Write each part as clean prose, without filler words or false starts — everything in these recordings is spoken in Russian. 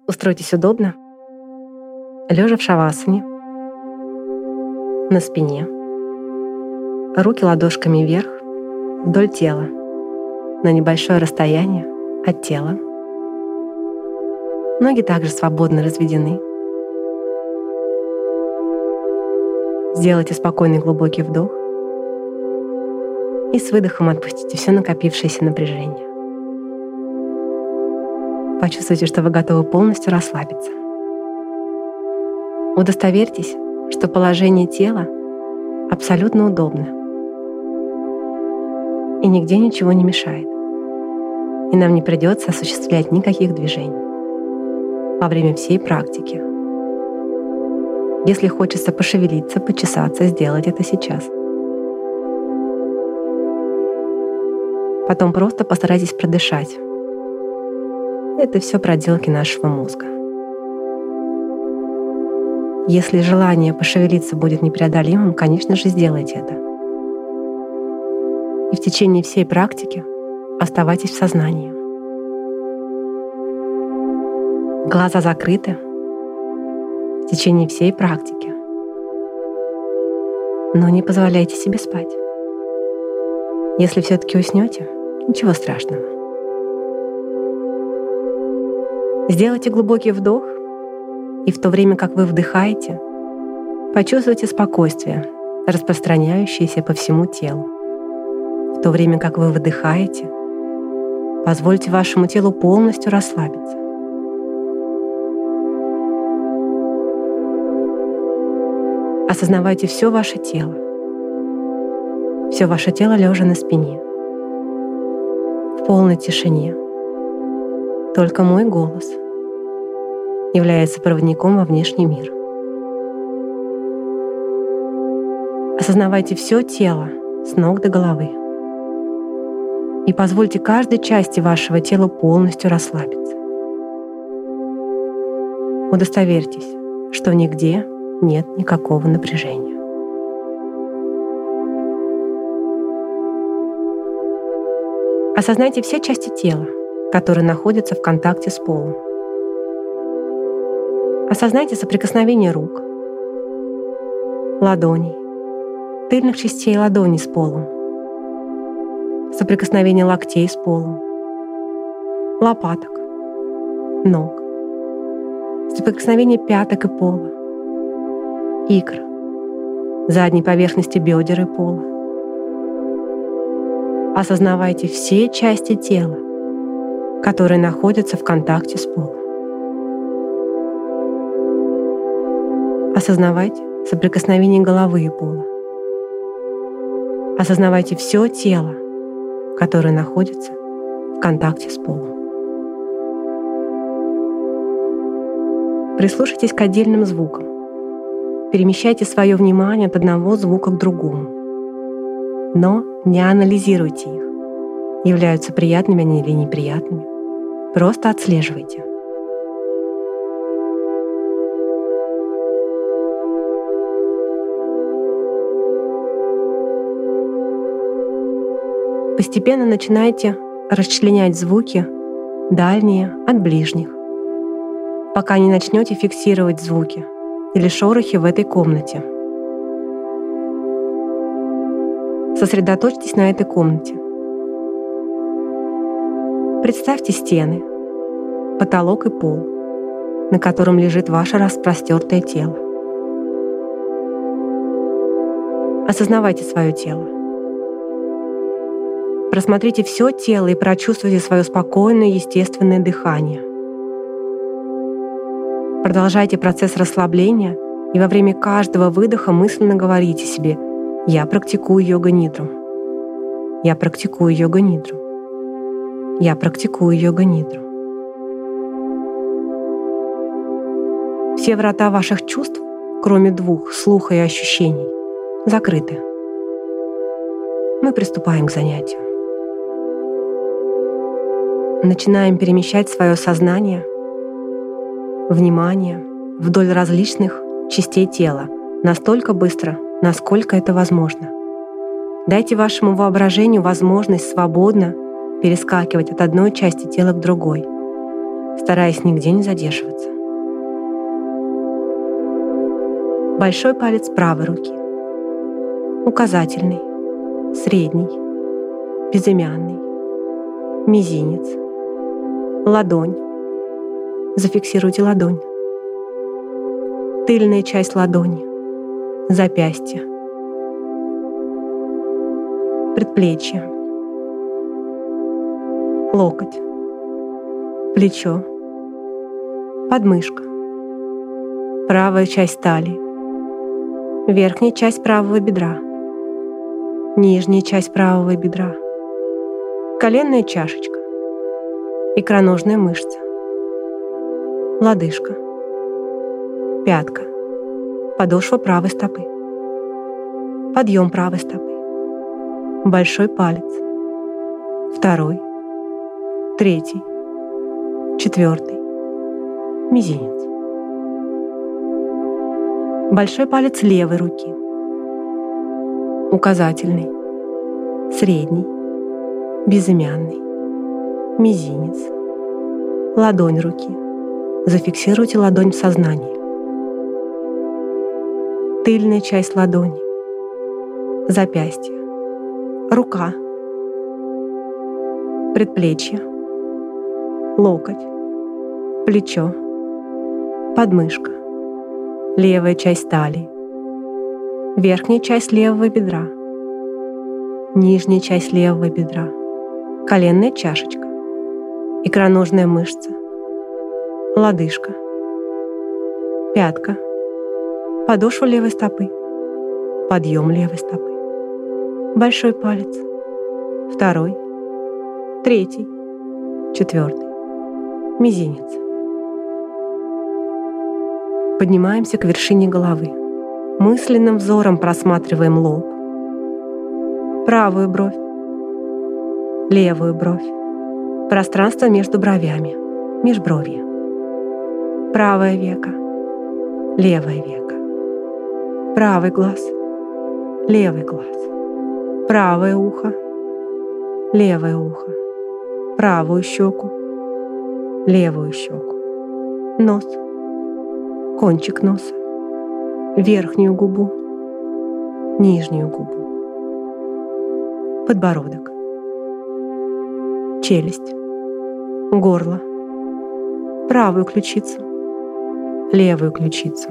Устройтесь удобно, лежа в шавасане, на спине, руки ладошками вверх, вдоль тела, на небольшое расстояние от тела. Ноги также свободно разведены. Сделайте спокойный глубокий вдох и с выдохом отпустите все накопившееся напряжение. Почувствуйте, что вы готовы полностью расслабиться. Удостоверьтесь, что положение тела абсолютно удобно и нигде ничего не мешает, и нам не придется осуществлять никаких движений во время всей практики. Если хочется пошевелиться, почесаться, сделать это сейчас. Потом просто постарайтесь продышать. Это все проделки нашего мозга. Если желание пошевелиться будет непреодолимым, конечно же, сделайте это. И в течение всей практики оставайтесь в сознании. Глаза закрыты в течение всей практики. Но не позволяйте себе спать. Если все-таки уснете, ничего страшного. Сделайте глубокий вдох, и в то время, как вы вдыхаете, почувствуйте спокойствие, распространяющееся по всему телу. В то время, как вы выдыхаете, позвольте вашему телу полностью расслабиться. Осознавайте все ваше тело лежа на спине, в полной тишине. Только мой голос является проводником во внешний мир. Осознавайте все тело с ног до головы и позвольте каждой части вашего тела полностью расслабиться. Удостоверьтесь, что нигде нет никакого напряжения. Осознайте все части тела, которые находятся в контакте с полом. Осознайте соприкосновение рук, ладоней, тыльных частей ладоней с полом, соприкосновение локтей с полом, лопаток, ног, соприкосновение пяток и пола, икр, задней поверхности бедер и пола. Осознавайте все части тела, которые находятся в контакте с полом. Осознавайте соприкосновение головы и пола. Осознавайте все тело, которое находится в контакте с полом. Прислушайтесь к отдельным звукам. Перемещайте свое внимание от одного звука к другому. Но не анализируйте их. Являются приятными они или неприятными. Просто отслеживайте. Постепенно начинайте расчленять звуки дальние от ближних, пока не начнете фиксировать звуки или шорохи в этой комнате. Сосредоточьтесь на этой комнате. Представьте стены, потолок и пол, на котором лежит ваше распростертое тело. Осознавайте свое тело. Просмотрите все тело и прочувствуйте свое спокойное, естественное дыхание. Продолжайте процесс расслабления и во время каждого выдоха мысленно говорите себе: «Я практикую йога-нидру. Я практикую йога-нидру. Я практикую йога-нидру». Все врата ваших чувств, кроме двух — слуха и ощущений, закрыты. Мы приступаем к занятию. Начинаем перемещать свое сознание, внимание вдоль различных частей тела настолько быстро, насколько это возможно. Дайте вашему воображению возможность свободно перескакивать от одной части тела к другой, стараясь нигде не задерживаться. Большой палец правой руки, указательный, средний, безымянный, мизинец, ладонь. Зафиксируйте ладонь. Тыльная часть ладони, запястье, предплечье, локоть, плечо, подмышка, правая часть талии, верхняя часть правого бедра, нижняя часть правого бедра, коленная чашечка, икроножная мышца, лодыжка, пятка, подошва правой стопы, подъем правой стопы, большой палец, второй, третий, четвертый, мизинец. Большой палец левой руки, указательный, средний, безымянный, мизинец, ладонь руки. Зафиксируйте ладонь в сознании. Тыльная часть ладони, запястье, рука, предплечье, локоть, плечо, подмышка, левая часть талии, верхняя часть левого бедра, нижняя часть левого бедра, коленная чашечка, икроножная мышца, лодыжка, пятка, подошва левой стопы, подъем левой стопы, большой палец, второй, третий, четвертый, мизинец. Поднимаемся к вершине головы. Мысленным взором просматриваем лоб, правую бровь, левую бровь, пространство между бровями, межбровье, правое веко, левое веко, правый глаз, левый глаз, правое ухо, левое ухо, правую щеку, левую щеку, нос, кончик носа, верхнюю губу, нижнюю губу, подбородок, челюсть, горло, правую ключицу, левую ключицу,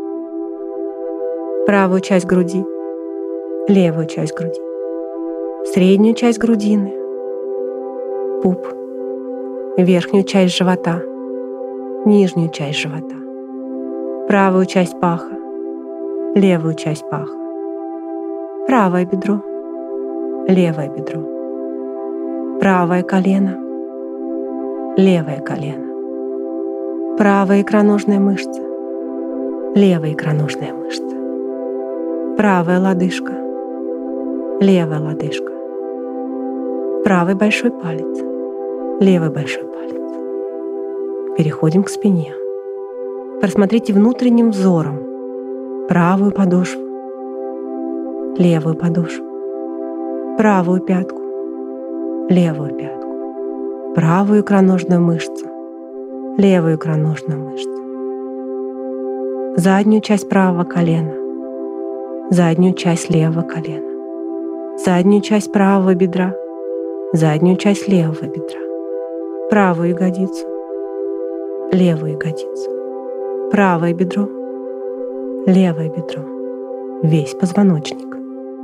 правую часть груди, левую часть груди, среднюю часть грудины, пуп, верхнюю часть живота, нижнюю часть живота, правую часть паха, левую часть паха, правое бедро, левое бедро, правое колено, левое колено, правая икроножная мышца, левая икроножная мышца, правая лодыжка, левая лодыжка, правый большой палец, левый большой палец. Переходим к спине. Просмотрите внутренним взором правую подошву, левую подошву, правую пятку, левую пятку, правую икроножную мышцу, левую икроножную мышцу, заднюю часть правого колена, заднюю часть левого колена, заднюю часть правого бедра, заднюю часть левого бедра, правую ягодицу, левую ягодицу, правое бедро, левое бедро, весь позвоночник,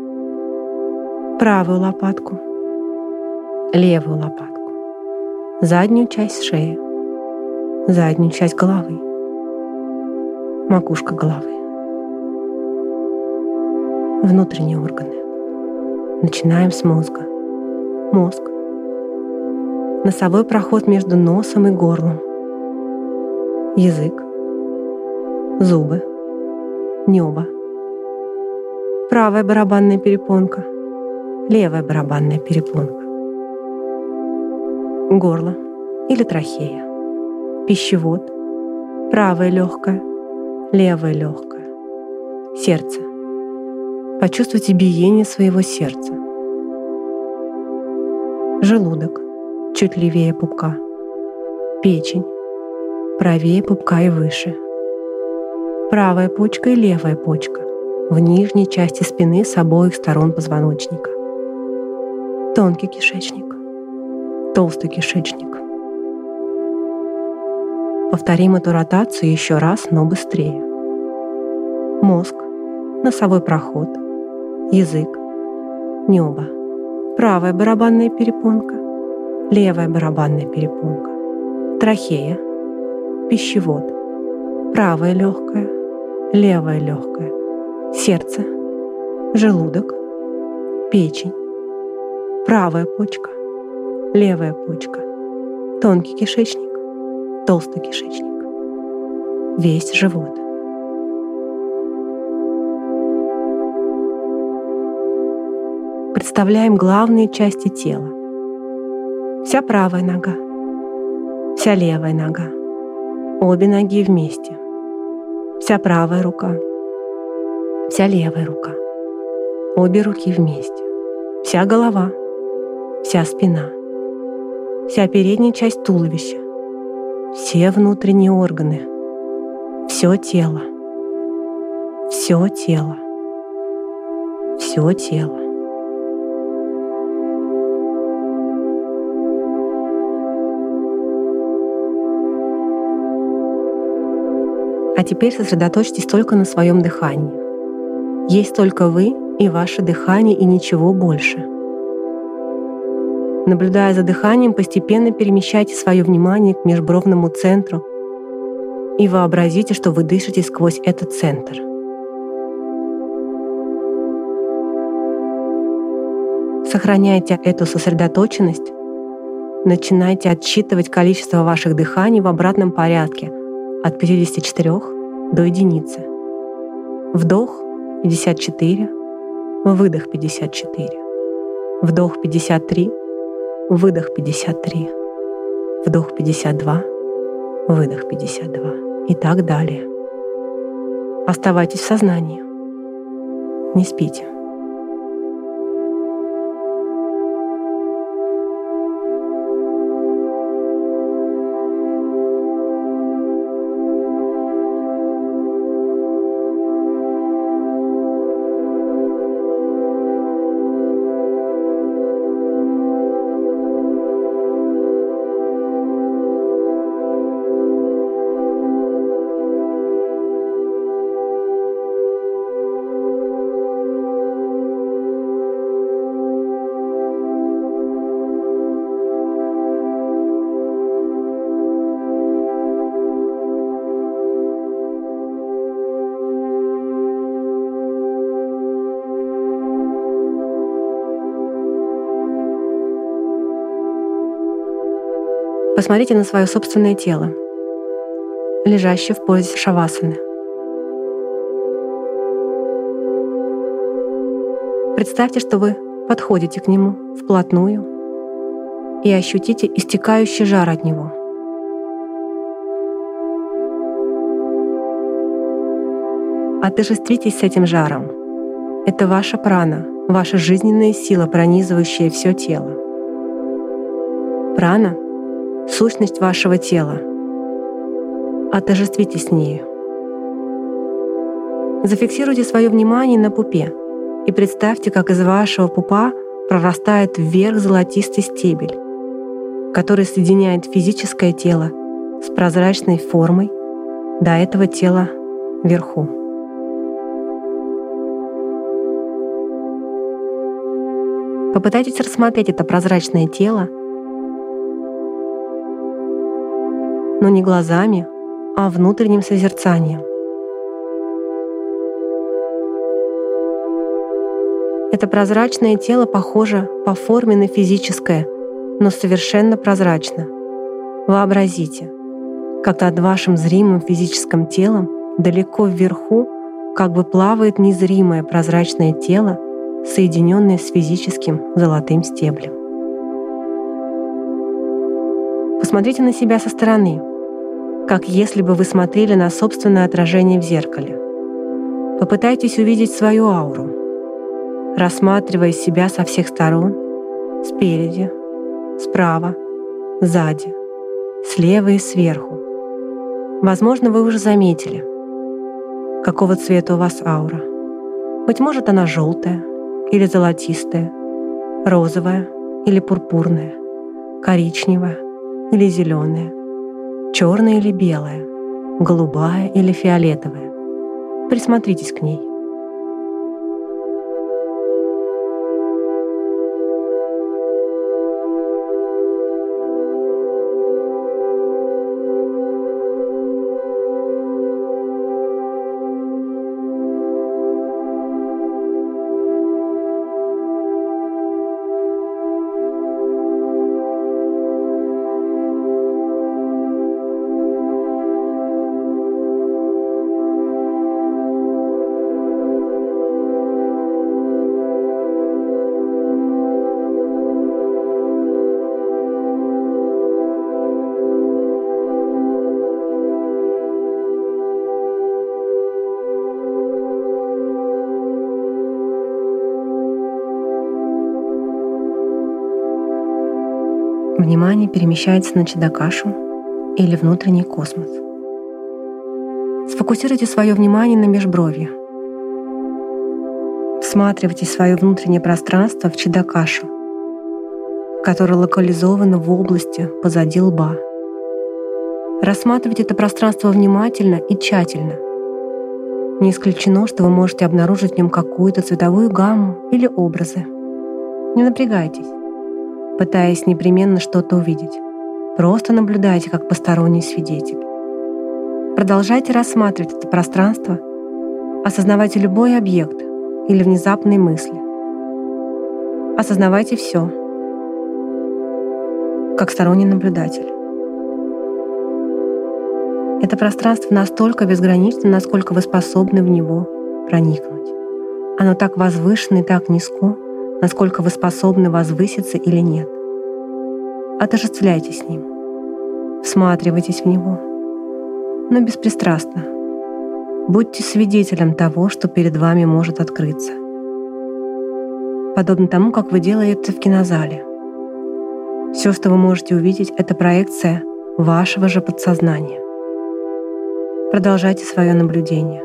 правую лопатку, левую лопатку, заднюю часть шеи, заднюю часть головы, макушка головы, внутренние органы. Начинаем с мозга. Мозг. Носовой проход между носом и горлом. Язык. Зубы. Небо. Правая барабанная перепонка. Левая барабанная перепонка. Горло или трахея. Пищевод. Правое легкое. Левое легкое. Сердце. Почувствуйте биение своего сердца. Желудок. Чуть левее пупка. Печень. Правее пупка и выше. правая почка и левая почка в нижней части спины с обоих сторон позвоночника. Тонкий кишечник, толстый кишечник. Повторим эту ротацию еще раз, но быстрее. Мозг, носовой проход, язык, небо, правая барабанная перепонка, левая барабанная перепонка, трахея, пищевод, правая легкая, левая легкая, сердце, желудок, печень, правая почка, левая почка, тонкий кишечник, толстый кишечник, весь живот. Представляем главные части тела. Вся правая нога, вся левая нога, обе ноги вместе, вся правая рука, вся левая рука, обе руки вместе, вся голова, вся спина, вся передняя часть туловища, все внутренние органы, все тело, все тело, все тело. А теперь сосредоточьтесь только на своем дыхании. Есть только вы и ваше дыхание, и ничего больше. Наблюдая за дыханием, постепенно перемещайте свое внимание к межбровному центру и вообразите, что вы дышите сквозь этот центр. Сохраняйте эту сосредоточенность, начинайте отсчитывать количество ваших дыханий в обратном порядке от 54 до единицы. Вдох 54, выдох 54, вдох 53, выдох 53, вдох 52, выдох 52 и так далее. Оставайтесь в сознании. Не спите. Посмотрите на свое собственное тело, лежащее в позе шавасаны. Представьте, что вы подходите к нему вплотную и ощутите истекающий жар от него. Отождествитесь с этим жаром. Это ваша прана, ваша жизненная сила, пронизывающая все тело. Прана — сущность вашего тела. Отождествитесь с нею. Зафиксируйте свое внимание на пупе и представьте, как из вашего пупа прорастает вверх золотистый стебель, который соединяет физическое тело с прозрачной формой до этого тела вверху. Попытайтесь рассмотреть это прозрачное тело, но не глазами, а внутренним созерцанием. Это прозрачное тело похоже по форме на физическое, но совершенно прозрачно. Вообразите, как над вашим зримым физическим телом далеко вверху как бы плавает незримое прозрачное тело, соединенное с физическим золотым стеблем. Посмотрите на себя со стороны, как если бы вы смотрели на собственное отражение в зеркале. Попытайтесь увидеть свою ауру, рассматривая себя со всех сторон, спереди, справа, сзади, слева и сверху. Возможно, вы уже заметили, какого цвета у вас аура. Быть может, она желтая или золотистая, розовая или пурпурная, коричневая или зеленая, черная или белая, голубая или фиолетовая. Присмотритесь к ней. Внимание перемещается на Чидакашу или внутренний космос. Сфокусируйте свое внимание на межбровье. Всматривайтесь в свое внутреннее пространство в Чидакашу, которое локализовано в области позади лба. Рассматривайте это пространство внимательно и тщательно. Не исключено, что вы можете обнаружить в нем какую-то цветовую гамму или образы. Не напрягайтесь, пытаясь непременно что-то увидеть. Просто наблюдайте, как посторонний свидетель. Продолжайте рассматривать это пространство, осознавайте любой объект или внезапные мысли. Осознавайте все, как сторонний наблюдатель. Это пространство настолько безгранично, насколько вы способны в него проникнуть. Оно так возвышено и так низко, насколько вы способны возвыситься или нет. Отождествляйтесь с ним, всматривайтесь в него, но беспристрастно. Будьте свидетелем того, что перед вами может открыться. Подобно тому, как вы делаете это в кинозале. Все, что вы можете увидеть, это проекция вашего же подсознания. Продолжайте свое наблюдение.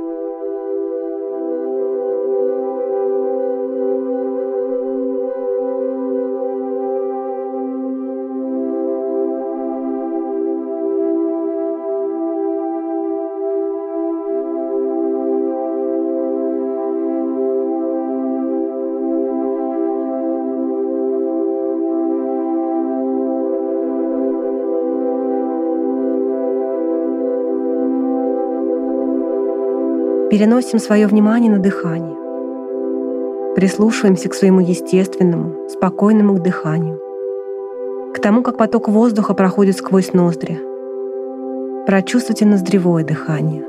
Переносим свое внимание на дыхание. Прислушиваемся к своему естественному, спокойному дыханию, к тому, как поток воздуха проходит сквозь ноздри. Прочувствуйте ноздревое дыхание.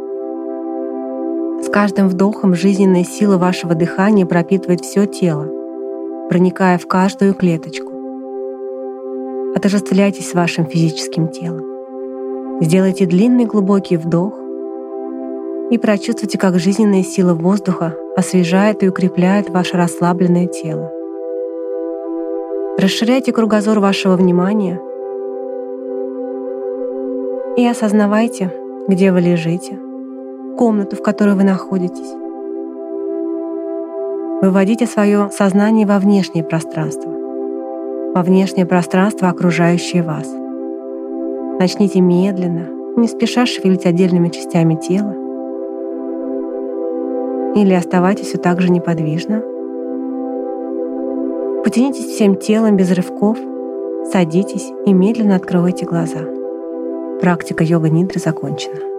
С каждым вдохом жизненная сила вашего дыхания пропитывает все тело, проникая в каждую клеточку. Отождествляйтесь с вашим физическим телом. Сделайте длинный глубокий вдох и прочувствуйте, как жизненная сила воздуха освежает и укрепляет ваше расслабленное тело. Расширяйте кругозор вашего внимания и осознавайте, где вы лежите, комнату, в которой вы находитесь. Выводите свое сознание во внешнее пространство, окружающее вас. Начните медленно, не спеша шевелить отдельными частями тела, или оставайтесь все так же неподвижно. Потянитесь всем телом без рывков, садитесь и медленно откройте глаза. Практика йога-нидры закончена.